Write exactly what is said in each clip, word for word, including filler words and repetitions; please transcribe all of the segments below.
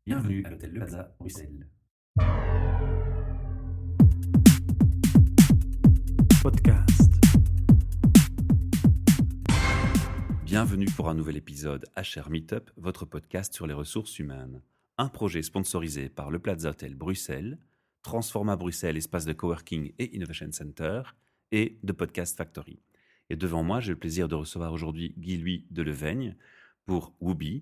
Bienvenue à l'hôtel Le Plaza, Bruxelles. Podcast. Bienvenue pour un nouvel épisode H R Meetup, votre podcast sur les ressources humaines. Un projet sponsorisé par Le Plaza Hotel Bruxelles, Transforma Bruxelles, espace de coworking et innovation center, et The Podcast Factory. Et devant moi, j'ai le plaisir de recevoir aujourd'hui Guy-Louis Deleveigne pour Woobi.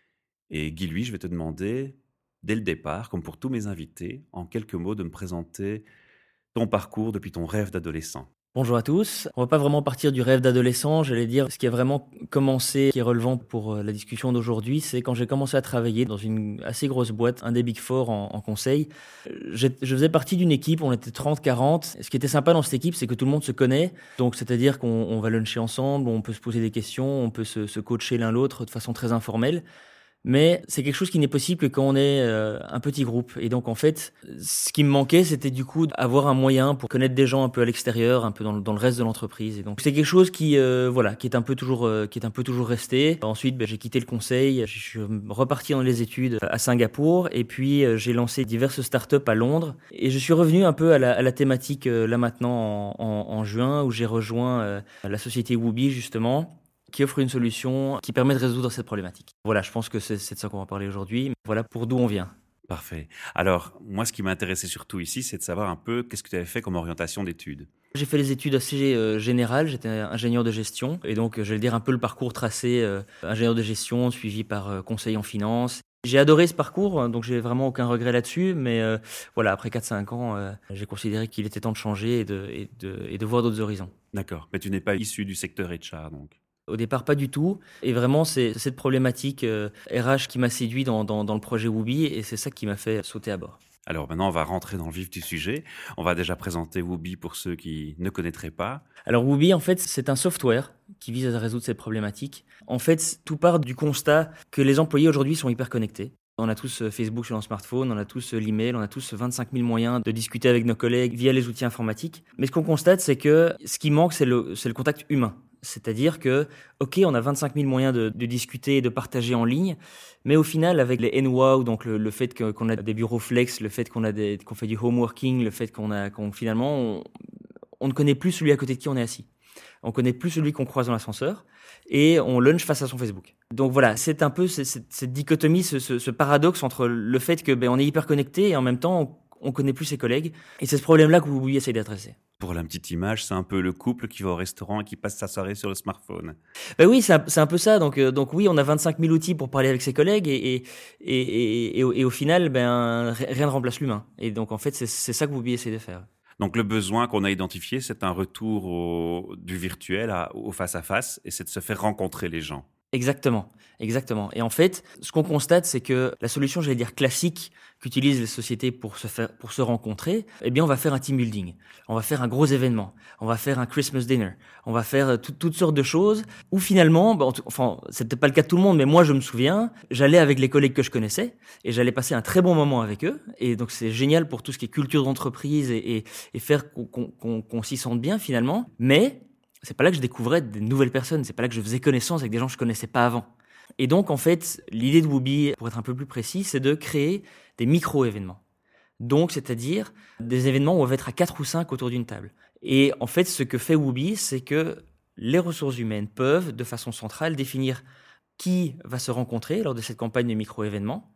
Et Guy-Louis, je vais te demander, dès le départ, comme pour tous mes invités, en quelques mots, de me présenter ton parcours depuis ton rêve d'adolescent. Bonjour à tous. On va pas vraiment partir du rêve d'adolescent, j'allais dire ce qui a vraiment commencé, qui est relevant pour la discussion d'aujourd'hui, c'est quand j'ai commencé à travailler dans une assez grosse boîte, un des Big Four en, en conseil. Je, je faisais partie d'une équipe, on était trente quarante. Ce qui était sympa dans cette équipe, c'est que tout le monde se connaît. Donc c'est-à-dire qu'on on va luncher ensemble, on peut se poser des questions, on peut se, se coacher l'un l'autre de façon très informelle. Mais c'est quelque chose qui n'est possible que quand on est euh, un petit groupe. Et donc, en fait, ce qui me manquait, c'était du coup d'avoir un moyen pour connaître des gens un peu à l'extérieur, un peu dans le, dans le reste de l'entreprise. Et donc, c'est quelque chose qui, euh, voilà, qui est un peu toujours, euh, qui est un peu toujours resté. Ensuite, ben, j'ai quitté le conseil, je suis reparti dans les études à Singapour, et puis euh, j'ai lancé diverses startups à Londres. Et je suis revenu un peu à la, à la thématique euh, là maintenant en, en, en juin, où j'ai rejoint euh, la société Woobi justement, qui offre une solution qui permet de résoudre cette problématique. Voilà, je pense que c'est, c'est de ça qu'on va parler aujourd'hui. Voilà pour d'où on vient. Parfait. Alors, moi, ce qui m'intéressait surtout ici, c'est de savoir un peu qu'est-ce que tu avais fait comme orientation d'études. J'ai fait les études assez euh, générales, j'étais ingénieur de gestion, et donc je vais dire un peu le parcours tracé, euh, ingénieur de gestion, suivi par euh, conseil en finance. J'ai adoré ce parcours, donc j'ai vraiment aucun regret là-dessus, mais euh, voilà, après quatre cinq ans, euh, j'ai considéré qu'il était temps de changer et de, et de, et de voir d'autres horizons. D'accord, mais tu n'es pas issu du secteur H R, donc. Au départ, pas du tout. Et vraiment, c'est cette problématique euh, R H qui m'a séduit dans, dans, dans le projet Woobi, et c'est ça qui m'a fait sauter à bord. Alors maintenant, on va rentrer dans le vif du sujet. On va déjà présenter Woobi pour ceux qui ne connaîtraient pas. Alors Woobi, en fait, c'est un software qui vise à résoudre cette problématique. En fait, tout part du constat que les employés aujourd'hui sont hyper connectés. On a tous Facebook sur nos smartphones, on a tous l'email, on a tous vingt-cinq mille moyens de discuter avec nos collègues via les outils informatiques. Mais ce qu'on constate, c'est que ce qui manque, c'est le, c'est le contact humain. C'est-à-dire que, ok, on a vingt-cinq mille moyens de, de discuter et de partager en ligne, mais au final, avec les N WOW, donc le, le fait que, qu'on a des bureaux flex, le fait qu'on a des, qu'on fait du home working, le fait qu'on a, qu'on finalement, on, on ne connaît plus celui à côté de qui on est assis. On connaît plus celui qu'on croise dans l'ascenseur, et on lunch face à son Facebook. Donc voilà, c'est un peu cette, cette, cette dichotomie, ce, ce, ce paradoxe entre le fait que ben, on est hyper connecté et en même temps on, on connaît plus ses collègues. Et c'est ce problème-là que Woobi essaie d'adresser. Pour la petite image, c'est un peu le couple qui va au restaurant et qui passe sa soirée sur le smartphone. Ben oui, c'est un, c'est un peu ça. Donc, euh, donc oui, on a vingt-cinq mille outils pour parler avec ses collègues et, et, et, et, et, au, et au final, ben, rien ne remplace l'humain. Et donc en fait, c'est, c'est ça que Woobi essaie de faire. Donc le besoin qu'on a identifié, c'est un retour au, du virtuel à, au face-à-face, et c'est de se faire rencontrer les gens. Exactement, exactement. Et en fait, ce qu'on constate, c'est que la solution, j'allais dire classique, qu'utilisent les sociétés pour se faire, pour se rencontrer, eh bien, on va faire un team building, on va faire un gros événement, on va faire un Christmas dinner, on va faire tout, toutes sortes de choses. Où finalement, bah, enfin, c'était pas le cas de tout le monde, mais moi, je me souviens, j'allais avec les collègues que je connaissais et j'allais passer un très bon moment avec eux. Et donc, c'est génial pour tout ce qui est culture d'entreprise et, et, et faire qu'on, qu'on, qu'on s'y sente bien finalement. Mais c'est pas là que je découvrais des nouvelles personnes, c'est pas là que je faisais connaissance avec des gens que je connaissais pas avant. Et donc, en fait, l'idée de Woobi, pour être un peu plus précis, c'est de créer des micro-événements. Donc, c'est-à-dire des événements où on va être à quatre ou cinq autour d'une table. Et en fait, ce que fait Woobi, c'est que les ressources humaines peuvent, de façon centrale, définir qui va se rencontrer lors de cette campagne de micro-événements.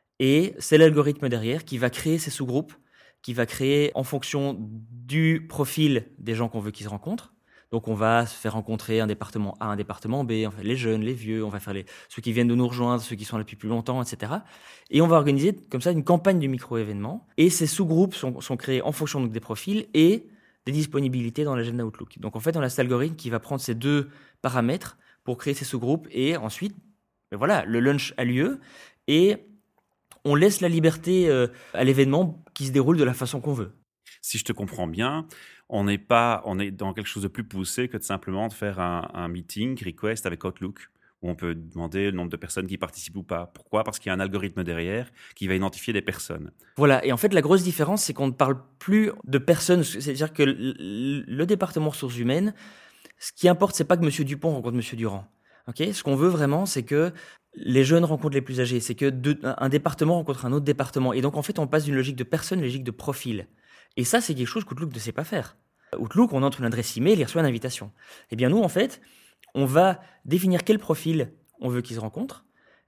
Et c'est l'algorithme derrière qui va créer ces sous-groupes, qui va créer en fonction du profil des gens qu'on veut qu'ils se rencontrent. Donc, on va se faire rencontrer un département A, un département B, en fait, les jeunes, les vieux, on va faire les, ceux qui viennent de nous rejoindre, ceux qui sont là depuis plus longtemps, et cetera. Et on va organiser comme ça une campagne de micro-événements. Et ces sous-groupes sont, sont créés en fonction donc, des profils et des disponibilités dans l'agenda Outlook. Donc, en fait, on a cet algorithme qui va prendre ces deux paramètres pour créer ces sous-groupes. Et ensuite, ben voilà, le lunch a lieu et on laisse la liberté euh, à l'événement qui se déroule de la façon qu'on veut. Si je te comprends bien, on n'est pas, on est dans quelque chose de plus poussé que de simplement de faire un, un meeting request avec Outlook, où on peut demander le nombre de personnes qui participent ou pas. Pourquoi ? Parce qu'il y a un algorithme derrière qui va identifier des personnes. Voilà, et en fait, la grosse différence, c'est qu'on ne parle plus de personnes. C'est-à-dire que le, le département ressources humaines, ce qui importe, c'est pas que M. Dupont rencontre M. Durand. Okay, ce qu'on veut vraiment, c'est que les jeunes rencontrent les plus âgés. C'est que deux, un département rencontre un autre département. Et donc, en fait, on passe d'une logique de personne à une logique de profil. Et ça, c'est quelque chose qu'Outlook ne sait pas faire. Outlook, on entre une adresse email, il reçoit une invitation. Eh bien, nous, en fait, on va définir quel profil on veut qu'ils se rencontrent.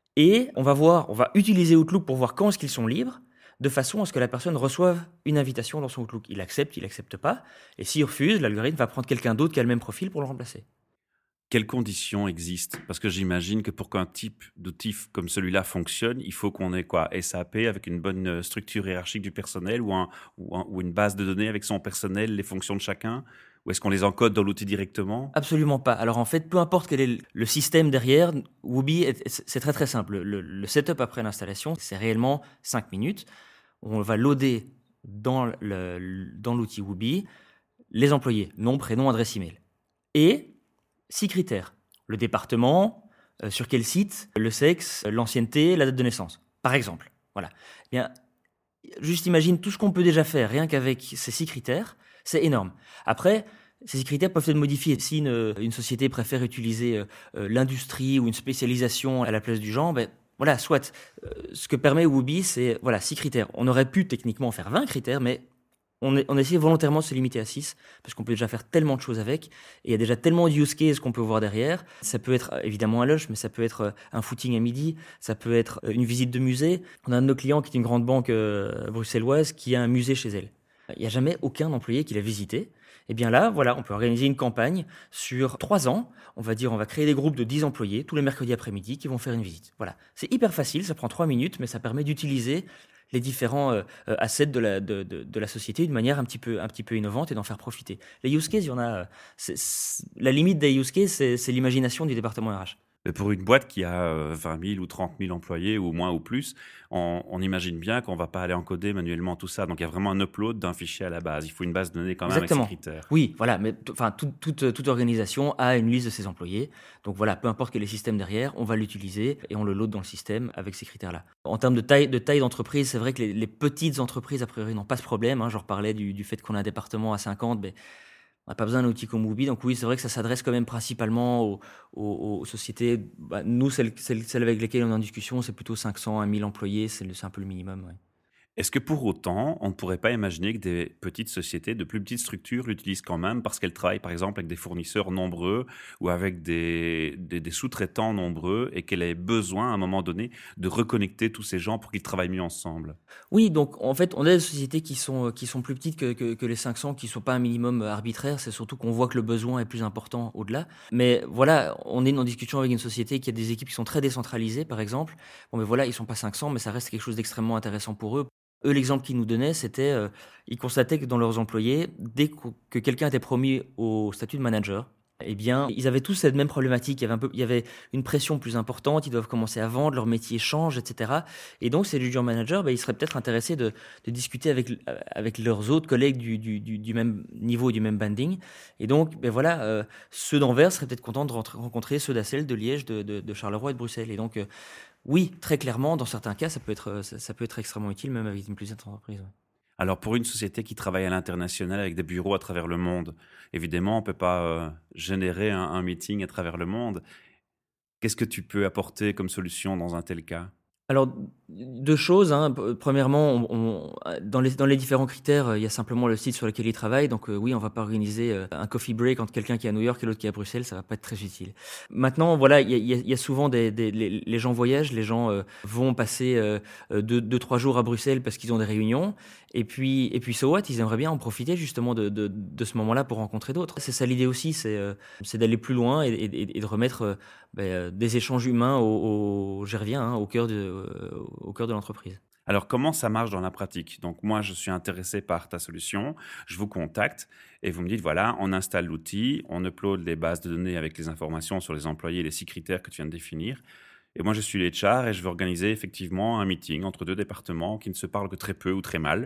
Et on va voir, on va utiliser Outlook pour voir quand est-ce qu'ils sont libres, de façon à ce que la personne reçoive une invitation dans son Outlook. Il accepte, il accepte pas. Et s'il refuse, l'algorithme va prendre quelqu'un d'autre qui a le même profil pour le remplacer. Quelles conditions existent? Parce que j'imagine que pour qu'un type d'outil comme celui-là fonctionne, il faut qu'on ait quoi? S A P avec une bonne structure hiérarchique du personnel ou, un, ou, un, ou une base de données avec son personnel, les fonctions de chacun? Ou est-ce qu'on les encode dans l'outil directement? Absolument pas. Alors en fait, peu importe quel est le système derrière, Woobi, c'est très très simple. Le, le setup après l'installation, c'est réellement cinq minutes. On va loader dans, le, dans l'outil Woobi les employés, nom, prénom, adresse email. Et six critères. Le département, euh, sur quel site, le sexe, l'ancienneté, la date de naissance, par exemple. Voilà. Eh bien, juste imagine tout ce qu'on peut déjà faire, rien qu'avec ces six critères, c'est énorme. Après, ces six critères peuvent être modifiés. Si une, une société préfère utiliser euh, euh, l'industrie ou une spécialisation à la place du genre, ben, voilà, soit. Euh, ce que permet Woobi, c'est voilà, six critères. On aurait pu techniquement faire vingt critères, mais On, est, on essaie volontairement de se limiter à six, parce qu'on peut déjà faire tellement de choses avec, et il y a déjà tellement de use cases qu'on peut voir derrière. Ça peut être évidemment un lunch, mais ça peut être un footing à midi, ça peut être une visite de musée. On a un de nos clients qui est une grande banque euh, bruxelloise qui a un musée chez elle. Il n'y a jamais aucun employé qui l'a visité. Et bien là, voilà, on peut organiser une campagne sur trois ans. On va dire, on va créer des groupes de dix employés tous les mercredis après-midi qui vont faire une visite. Voilà, c'est hyper facile, ça prend trois minutes, mais ça permet d'utiliser les différents euh, assets de la, de, de, de la société d'une manière un petit peu, un petit peu innovante et d'en faire profiter. Les use cases, il y en a. C'est, c'est, la limite des use cases, c'est, c'est l'imagination du département R H. Mais pour une boîte qui a vingt mille ou trente mille employés, ou moins ou plus, on, on imagine bien qu'on ne va pas aller encoder manuellement tout ça. Donc, il y a vraiment un upload d'un fichier à la base. Il faut une base de données quand même Exactement. avec ces critères. Oui, voilà. Mais enfin, tout, toute, toute organisation a une liste de ses employés. Donc voilà, peu importe quel est le système derrière, on va l'utiliser et on le load dans le système avec ces critères-là. En termes de taille, de taille d'entreprise, c'est vrai que les, les petites entreprises, a priori, n'ont pas ce problème. Hein. Je reparlais du, du fait qu'on a un département à cinquante, mais on n'a pas besoin d'un outil comme Woobi. Donc oui, c'est vrai que ça s'adresse quand même principalement aux, aux, aux sociétés. Bah, nous, celles, celles, celles avec lesquelles on est en discussion, c'est plutôt cinq cents à mille employés. C'est, le, c'est un peu le minimum. Ouais. Est-ce que pour autant, on ne pourrait pas imaginer que des petites sociétés, de plus petites structures l'utilisent quand même parce qu'elles travaillent par exemple avec des fournisseurs nombreux ou avec des, des, des sous-traitants nombreux et qu'elles aient besoin à un moment donné de reconnecter tous ces gens pour qu'ils travaillent mieux ensemble? Oui, donc en fait, on a des sociétés qui sont, qui sont plus petites que, que, que les cinq cents, qui ne sont pas un minimum arbitraire. C'est surtout qu'on voit que le besoin est plus important au-delà. Mais voilà, on est en discussion avec une société qui a des équipes qui sont très décentralisées, par exemple. Bon, mais voilà, ils ne sont pas cinq cents, mais ça reste quelque chose d'extrêmement intéressant pour eux. Eux, l'exemple qu'ils nous donnaient, c'était, euh, ils constataient que dans leurs employés, dès que quelqu'un était promu au statut de manager, eh bien, ils avaient tous cette même problématique. Il y avait un peu, il y avait une pression plus importante. Ils doivent commencer à vendre, leur métier change, et cetera. Et donc, ces junior managers, ben, ils seraient peut-être intéressés de, de discuter avec, avec leurs autres collègues du, du, du, du même niveau, du même banding. Et donc, ben voilà, euh, ceux d'Anvers seraient peut-être contents de rencontrer ceux d'Assel, de Liège, de, de, de Charleroi et de Bruxelles. Et donc, euh, oui, très clairement, dans certains cas, ça peut être, ça, ça peut être extrêmement utile, même avec une plus petite entreprise. Ouais. Alors pour une société qui travaille à l'international avec des bureaux à travers le monde, évidemment, on ne peut pas euh, générer un, un meeting à travers le monde. Qu'est-ce que tu peux apporter comme solution dans un tel cas? Alors, deux choses. Hein. Premièrement, on, on, dans, les, dans les différents critères, il y a simplement le site sur lequel ils travaillent. Donc euh, oui, on ne va pas organiser euh, un coffee break entre quelqu'un qui est à New York et l'autre qui est à Bruxelles. Ça ne va pas être très utile. Maintenant, voilà, il y a, il y a, il y a souvent des, des les, les gens voyagent, les gens euh, vont passer euh, deux, deux, trois jours à Bruxelles parce qu'ils ont des réunions. Et puis, et puis, so what, ils aimeraient bien en profiter justement de, de, de ce moment-là pour rencontrer d'autres. C'est ça l'idée aussi, c'est, euh, c'est d'aller plus loin et, et, et de remettre euh, ben, des échanges humains au, au j'y reviens, hein, au cœur de, euh, au cœur de l'entreprise. Alors, comment ça marche dans la pratique? Donc, moi, je suis intéressé par ta solution, je vous contacte et vous me dites, voilà, on installe l'outil, on upload les bases de données avec les informations sur les employés, les six critères que tu viens de définir. Et moi, je suis l'H R et je veux organiser effectivement un meeting entre deux départements qui ne se parlent que très peu ou très mal.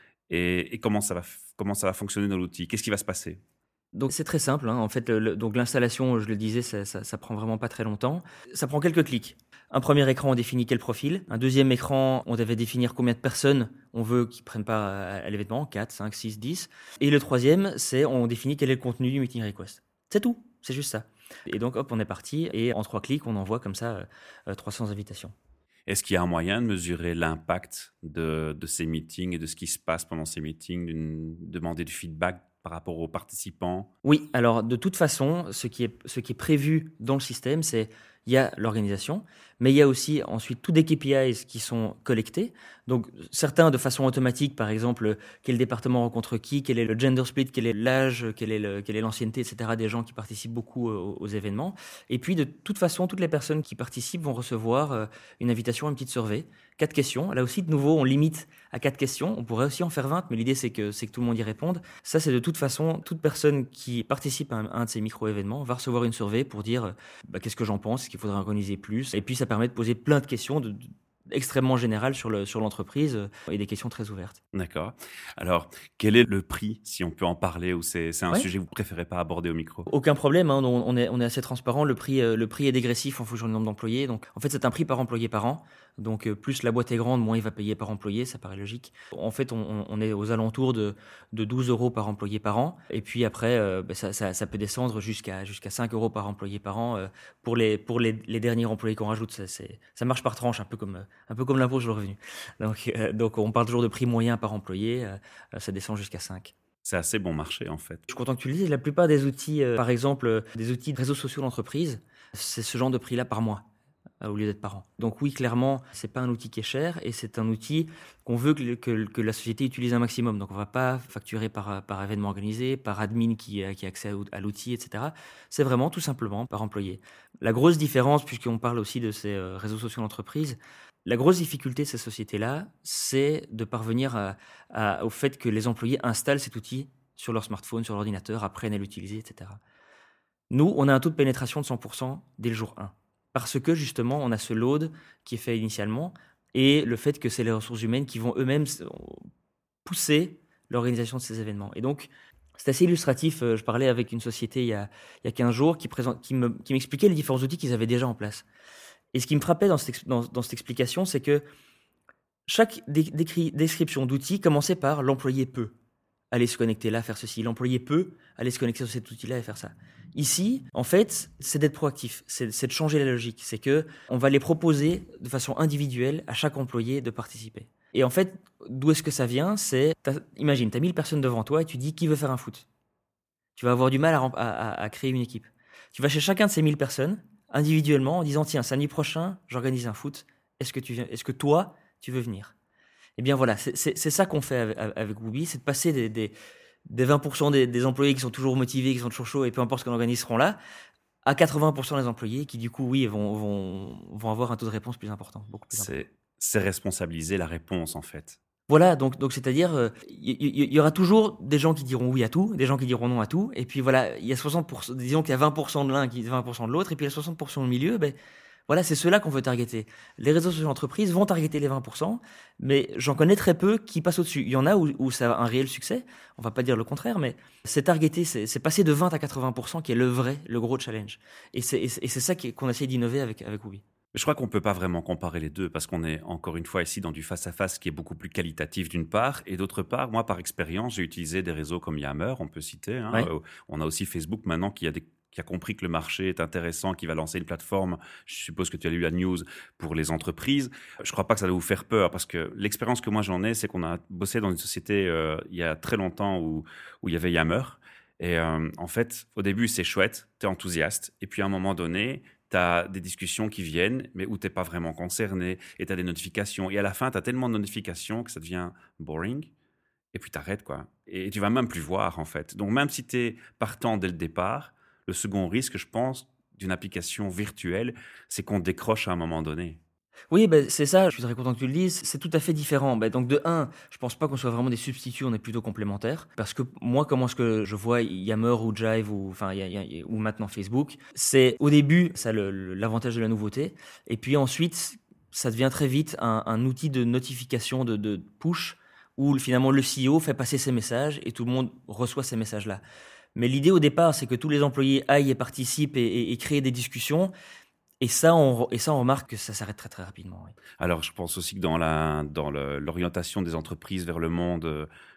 Et, et comment ça va, comment ça va fonctionner dans l'outil? Qu'est-ce qui va se passer? Donc c'est très simple, hein. En fait, le, le, donc l'installation, je le disais, ça, ça, ça prend vraiment pas très longtemps. Ça prend quelques clics. Un premier écran, on définit quel profil. Un deuxième écran, on devait définir combien de personnes on veut qui prennent part à, à l'événement, quatre, cinq, six, dix. Et le troisième, c'est on définit quel est le contenu du meeting request. C'est tout, c'est juste ça. Et donc, hop, on est parti. Et en trois clics, on envoie comme ça euh, trois cents invitations. Est-ce qu'il y a un moyen de mesurer l'impact de, de ces meetings et de ce qui se passe pendant ces meetings, d'une, demander du feedback par rapport aux participants? Oui, alors de toute façon, ce qui est, ce qui est prévu dans le système, c'est il y a l'organisation, mais il y a aussi ensuite tous des K P Is qui sont collectés. Donc certains de façon automatique, par exemple, quel département rencontre qui, quel est le gender split, quel est l'âge, quelle est, le, quelle est l'ancienneté, et cetera des gens qui participent beaucoup aux, aux événements. Et puis de toute façon, toutes les personnes qui participent vont recevoir euh, une invitation à une petite survey. Quatre questions. Là aussi, de nouveau, on limite à quatre questions. On pourrait aussi en faire vingt, mais l'idée, c'est que, c'est que tout le monde y réponde. Ça, c'est de toute façon, toute personne qui participe à un, à un de ces micro-événements va recevoir une survey pour dire bah, qu'est-ce que j'en pense, est-ce qu'il faudrait organiser plus. Et puis, ça permet de poser plein de questions de, de, extrêmement générales sur, le, sur l'entreprise euh, et des questions très ouvertes. D'accord. Alors, quel est le prix, si on peut en parler, ou c'est, c'est un Ouais. sujet que vous préférez pas aborder au micro? Aucun problème, hein, on, on, est, on est assez transparent. Le prix, euh, le prix est dégressif en fonction du nombre d'employés. Donc, en fait, c'est un prix par employé par an. Donc, euh, plus la boîte est grande, moins il va payer par employé, ça paraît logique. En fait, on, on est aux alentours de, de douze euros par employé par an. Et puis après, euh, bah, ça, ça, ça peut descendre jusqu'à, jusqu'à cinq euros par employé par an. Euh, pour les, pour les, les derniers employés qu'on rajoute, ça, c'est, ça marche par tranche, un peu comme, un peu comme l'impôt sur le revenu. Donc, euh, donc, on parle toujours de prix moyen par employé. Euh, ça descend jusqu'à cinq. C'est assez bon marché, en fait. Je suis content que tu le dises. La plupart des outils, euh, par exemple, euh, des outils de réseaux sociaux d'entreprise, c'est ce genre de prix-là par mois, euh, au lieu d'être par an. Donc oui, clairement, c'est pas un outil qui est cher et c'est un outil qu'on veut que, que, que la société utilise un maximum. Donc on va pas facturer par, par événement organisé, par admin qui, qui a accès à l'outil, et cetera. C'est vraiment tout simplement par employé. La grosse différence, puisqu'on parle aussi de ces euh, réseaux sociaux d'entreprise, la grosse difficulté de ces sociétés-là, c'est de parvenir à, à, au fait que les employés installent cet outil sur leur smartphone, sur l'ordinateur, apprennent à l'utiliser, et cetera. Nous, on a un taux de pénétration de cent pour cent dès le jour un. Parce que justement, on a ce load qui est fait initialement et le fait que c'est les ressources humaines qui vont eux-mêmes pousser l'organisation de ces événements. Et donc, c'est assez illustratif. Je parlais avec une société il y a, il y a quinze jours qui, présente, qui, me, qui m'expliquait les différents outils qu'ils avaient déjà en place. Et ce qui me frappait dans cette, dans, dans cette explication, c'est que chaque dé- décri- description d'outil commençait par l'employé peut aller se connecter là, faire ceci. L'employé peut aller se connecter sur cet outil-là et faire ça. Ici, en fait, c'est d'être proactif, c'est, c'est de changer la logique. C'est que on va les proposer de façon individuelle à chaque employé de participer. Et en fait, d'où est-ce que ça vient? C'est, t'as, imagine, tu as mille personnes devant toi et tu dis qui veut faire un foot. Tu vas avoir du mal à, à, à créer une équipe. Tu vas chez chacun de ces mille personnes individuellement en disant tiens, samedi prochain, j'organise un foot. Est-ce que tu viens, est-ce que toi, tu veux venir? Eh bien voilà, c'est, c'est, c'est ça qu'on fait avec, avec Woobi, c'est de passer des, des, des vingt pour cent des, des employés qui sont toujours motivés, qui sont toujours chauds et peu importe ce qu'on organise seront là, à quatre-vingts pour cent des employés qui du coup, oui, vont, vont, vont avoir un taux de réponse plus important, beaucoup plus C'est, important. c'est responsabiliser la réponse, en fait. Voilà, donc, donc c'est-à-dire, il euh, y, y, y aura toujours des gens qui diront oui à tout, des gens qui diront non à tout, et puis voilà, il y a soixante pour cent, disons qu'il y a vingt pour cent de l'un, vingt pour cent de l'autre, et puis il y a soixante pour cent au milieu, ben, voilà, c'est ceux-là qu'on veut targeter. Les réseaux sociaux d'entreprise vont targeter les vingt pour cent, mais j'en connais très peu qui passent au-dessus. Il y en a où, où ça a un réel succès, on va pas dire le contraire, mais c'est targeter, c'est, c'est passer de vingt à quatre-vingts pour cent qui est le vrai, le gros challenge. Et c'est, et c'est, et c'est ça qui, qu'on essaie d'innover avec, avec Woobi. Je crois qu'on ne peut pas vraiment comparer les deux parce qu'on est encore une fois ici dans du face-à-face qui est beaucoup plus qualitatif d'une part et d'autre part, moi par expérience, j'ai utilisé des réseaux comme Yammer, on peut citer. Hein, Ouais. euh, on a aussi Facebook maintenant qui a, des, qui a compris que le marché est intéressant, qui va lancer une plateforme. Je suppose que tu as lu la news pour les entreprises. Je ne crois pas que ça doit vous faire peur parce que l'expérience que moi j'en ai, c'est qu'on a bossé dans une société euh, il y a très longtemps où, où il y avait Yammer. Et euh, en fait, au début, c'est chouette, tu es enthousiaste. Et puis à un moment donné, tu as des discussions qui viennent, mais où tu n'es pas vraiment concerné, et tu as des notifications. Et à la fin, tu as tellement de notifications que ça devient boring, et puis tu arrêtes, quoi. Et tu vas même plus voir, en fait. Donc, même si tu es partant dès le départ, le second risque, je pense, d'une application virtuelle, c'est qu'on décroche à un moment donné. Oui, ben, c'est ça, je suis très content que tu le dises, c'est tout à fait différent. Ben, donc de un, je pense pas qu'on soit vraiment des substituts, on est plutôt complémentaires. Parce que moi, comment est-ce que je vois Yammer ou Jive ou, enfin, y a, y a, ou maintenant Facebook, c'est au début, ça a le, le, l'avantage de la nouveauté, et puis ensuite, ça devient très vite un, un outil de notification, de, de push, où finalement le C E O fait passer ses messages et tout le monde reçoit ces messages-là. Mais l'idée au départ, c'est que tous les employés aillent et participent et, et, et créent des discussions. Et ça, on, et ça, on remarque que ça s'arrête très très rapidement. Oui. Alors, je pense aussi que dans, la, dans le, l'orientation des entreprises vers le monde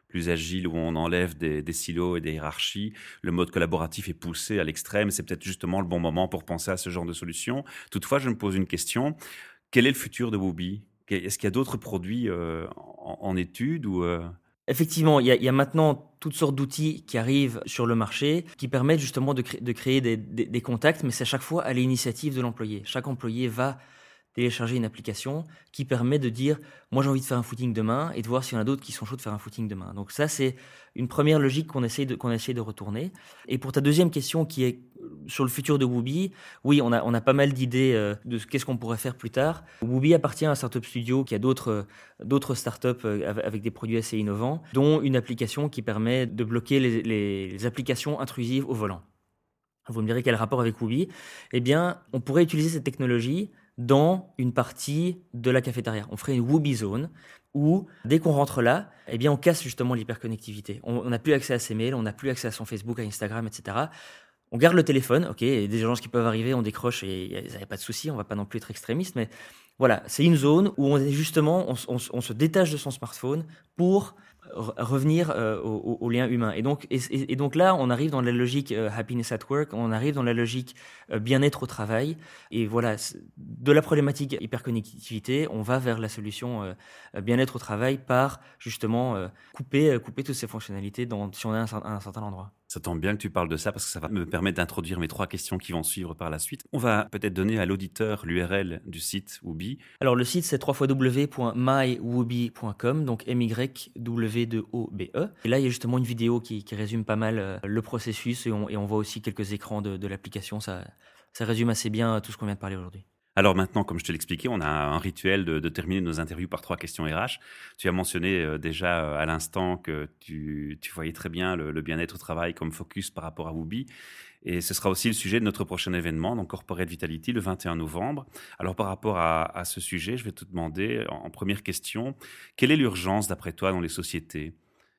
plus agile, où on enlève des, des silos et des hiérarchies. Le mode collaboratif est poussé à l'extrême. C'est peut-être justement le bon moment pour penser à ce genre de solution. Toutefois, je me pose une question. Quel est le futur de Woobi? Est-ce qu'il y a d'autres produits euh, en, en étude ou euh... Effectivement, il y, a, il y a maintenant toutes sortes d'outils qui arrivent sur le marché qui permettent justement de, cré- de créer des, des, des contacts, mais c'est à chaque fois à l'initiative de l'employé. Chaque employé va télécharger une application qui permet de dire « moi j'ai envie de faire un footing demain » et de voir s'il y en a d'autres qui sont chauds de faire un footing demain. Donc ça, c'est une première logique qu'on essaye de, qu'on essaye de retourner. Et pour ta deuxième question qui est sur le futur de Woobi, oui, on a, on a pas mal d'idées euh, de ce- qu'est-ce qu'on pourrait faire plus tard. Woobi appartient à un startup studio qui a d'autres, euh, d'autres startups euh, avec, avec des produits assez innovants, dont une application qui permet de bloquer les, les, les applications intrusives au volant. Vous me direz quel rapport avec Woobi? Eh bien, on pourrait utiliser cette technologie dans une partie de la cafétéria. On ferait une Woobi Zone où, dès qu'on rentre là, eh bien, on casse justement l'hyperconnectivité. On n'a plus accès à ses mails, on n'a plus accès à son Facebook, à Instagram, et cetera. On garde le téléphone, ok, il y a des urgences qui peuvent arriver, on décroche et il n'y a pas de souci, on va pas non plus être extrémiste, mais voilà, c'est une zone où on est justement, on, on, on se détache de son smartphone pour re- revenir euh, au, au- au lien humain. Et donc, et, et- et donc là, on arrive dans la logique euh, happiness at work, on arrive dans la logique euh, bien-être au travail. Et voilà, c'est- de la problématique hyperconnectivité, on va vers la solution euh, euh, bien-être au travail par justement euh, couper, euh, couper toutes ces fonctionnalités dans, si on est à un, cer- à un certain endroit. Ça tombe bien que tu parles de ça parce que ça va me permettre d'introduire mes trois questions qui vont suivre par la suite. On va peut-être donner à l'auditeur l'U R L du site Woobi. Alors le site c'est w w w point my woobi point com, donc M Y W deux O B E. Et là il y a justement une vidéo qui, qui résume pas mal euh, le processus et on, et on voit aussi quelques écrans de, de l'application. Ça, ça résume assez bien tout ce qu'on vient de parler aujourd'hui. Alors maintenant, comme je te l'expliquais, on a un rituel de, de terminer nos interviews par trois questions R H. Tu as mentionné euh, déjà euh, à l'instant que tu, tu voyais très bien le, le bien-être au travail comme focus par rapport à Woobi. Et ce sera aussi le sujet de notre prochain événement, donc Corporate Vitality, le vingt et un novembre. Alors par rapport à, à ce sujet, je vais te demander en, en première question, quelle est l'urgence d'après toi dans les sociétés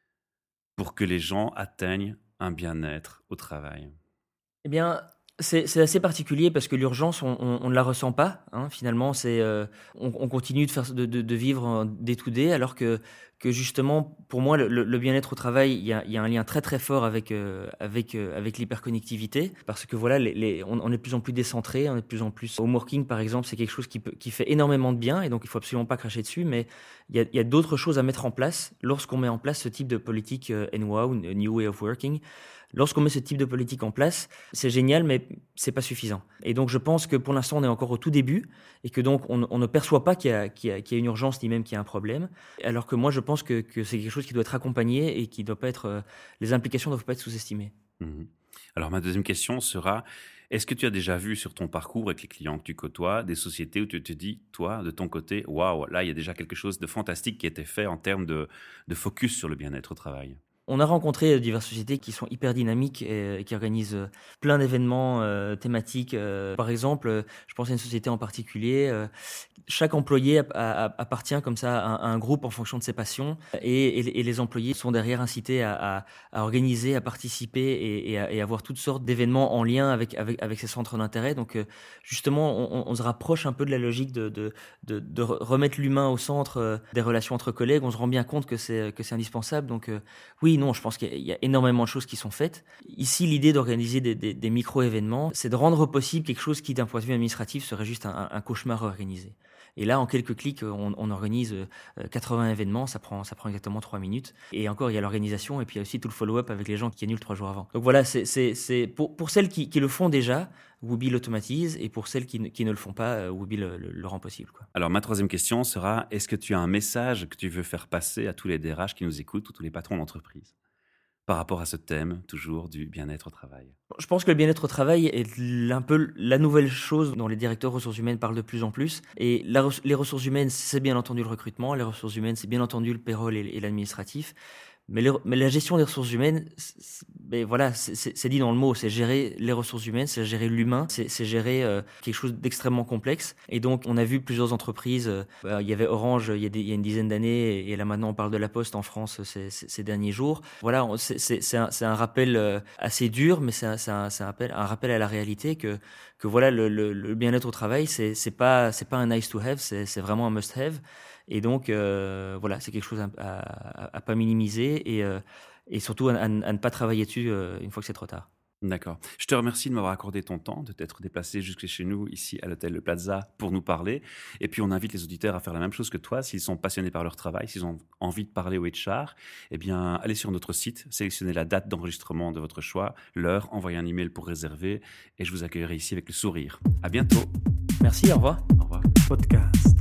pour que les gens atteignent un bien-être au travail? Eh bien, c'est c'est assez particulier parce que l'urgence, on, on, on ne la ressent pas. Hein, finalement, c'est euh, on, on continue de faire de, de, de vivre en day to day, alors que que justement, pour moi, le, le- le bien-être au travail, il y a, il y a un lien très très fort avec euh, avec euh, avec l'hyperconnectivité, parce que voilà, les, les- on, on est de plus en plus décentré, on est de plus en plus home working, par exemple, c'est quelque chose qui peut, qui fait énormément de bien, et donc il faut absolument pas cracher dessus. Mais il y a, il y a d'autres choses à mettre en place lorsqu'on met en place ce type de politique euh, N W A ou New Way of Working. Lorsqu'on met ce type de politique en place, c'est génial, mais c'est pas suffisant. Et donc, je pense que pour l'instant, on est encore au tout début et que donc, on, on ne perçoit pas qu'il y, a, qu'il y a- qu'il y a une urgence ni même qu'il y a un problème. Alors que moi, je pense que, que c'est quelque chose qui doit être accompagné et qui doit pas être, euh, les implications ne doivent pas être sous-estimées. Mhm. Alors ma deuxième question sera, est-ce que tu as déjà vu sur ton parcours avec les clients que tu côtoies des sociétés où tu te dis, toi, de ton côté, waouh, là, il y a déjà quelque chose de fantastique qui a été fait en termes de, de focus sur le bien-être au travail? On a rencontré euh, diverses sociétés qui sont hyper dynamiques et, et qui organisent euh, plein d'événements euh, thématiques. Euh, par exemple, euh, je pense à une société en particulier. Euh, chaque employé a- a- appartient comme ça à un, à un groupe en fonction de ses passions et, et- et les employés sont derrière incités à, à- à organiser, à participer et, et à, et à avoir toutes sortes d'événements en lien avec, avec, avec ces centres d'intérêt. Donc euh, justement, on, on- on se rapproche un peu de la logique de, de, de, de re- remettre l'humain au centre euh, des relations entre collègues. On se rend bien compte que c'est que c'est indispensable. Donc euh, oui, non, je pense qu'il y a- il y a énormément de choses qui sont faites. Ici, l'idée d'organiser des, des- des micro-événements, c'est de rendre possible quelque chose qui, d'un point de vue administratif, serait juste un, un- un cauchemar organisé. Et là, en quelques clics, on, on organise euh, quatre-vingts événements, ça prend, ça prend exactement trois minutes. Et encore, il y a l'organisation et puis il y a aussi tout le follow-up avec les gens qui annulent trois jours avant. Donc voilà, c'est, c'est, c'est pour, pour celles qui, qui le font déjà, Woobi l'automatise, et pour celles qui, ne- qui ne le font pas, euh, Woobi le, le- le rend possible, quoi. Alors ma troisième question sera, est-ce que tu as un message que tu veux faire passer à tous les D R H qui nous écoutent ou tous les patrons d'entreprise par rapport à ce thème, toujours du bien-être au travail? Je pense que le bien-être au travail est l- un peu la nouvelle chose dont les directeurs ressources humaines parlent de plus en plus. Et la res- les ressources humaines, c'est bien entendu le recrutement. Les ressources humaines, c'est bien entendu le payroll et, et l'administratif. Mais, les- mais la gestion des ressources humaines, c'est- c'est- ben voilà, c'est c'est- c'est dit dans le mot, c'est gérer les ressources humaines, c'est gérer l'humain, c'est c'est gérer euh, quelque chose d'extrêmement complexe. Et donc, on a vu plusieurs entreprises. Euh, bah, il y avait Orange il y a, des- il y a une dizaine d'années, et là maintenant on parle de la Poste en France ces, ces- ces derniers jours. Voilà, on- c'est c'est- c'est un, c'est un rappel euh, assez dur, mais c'est un, c'est un, c'est un rappel, un rappel à la réalité que que voilà, le, le, le bien-être au travail, c'est c'est pas c'est pas un nice to have, c'est c'est vraiment un must have. Et donc, euh, voilà, c'est quelque chose à, à, à pas minimiser et, euh, et surtout à, à, à ne pas travailler dessus euh, une fois que c'est trop tard. D'accord. Je te remercie de m'avoir accordé ton temps, de t'être déplacé jusque chez nous, ici à l'hôtel Le Plaza, pour nous parler. Et puis, on invite les auditeurs à faire la même chose que toi. S'ils sont passionnés par leur travail, s'ils ont envie de parler au H R, eh bien, allez sur notre site, sélectionnez la date d'enregistrement de votre choix, l'heure, envoyez un email pour réserver, et je vous accueillerai ici avec le sourire. À bientôt. Merci, au revoir. Au revoir. Podcast.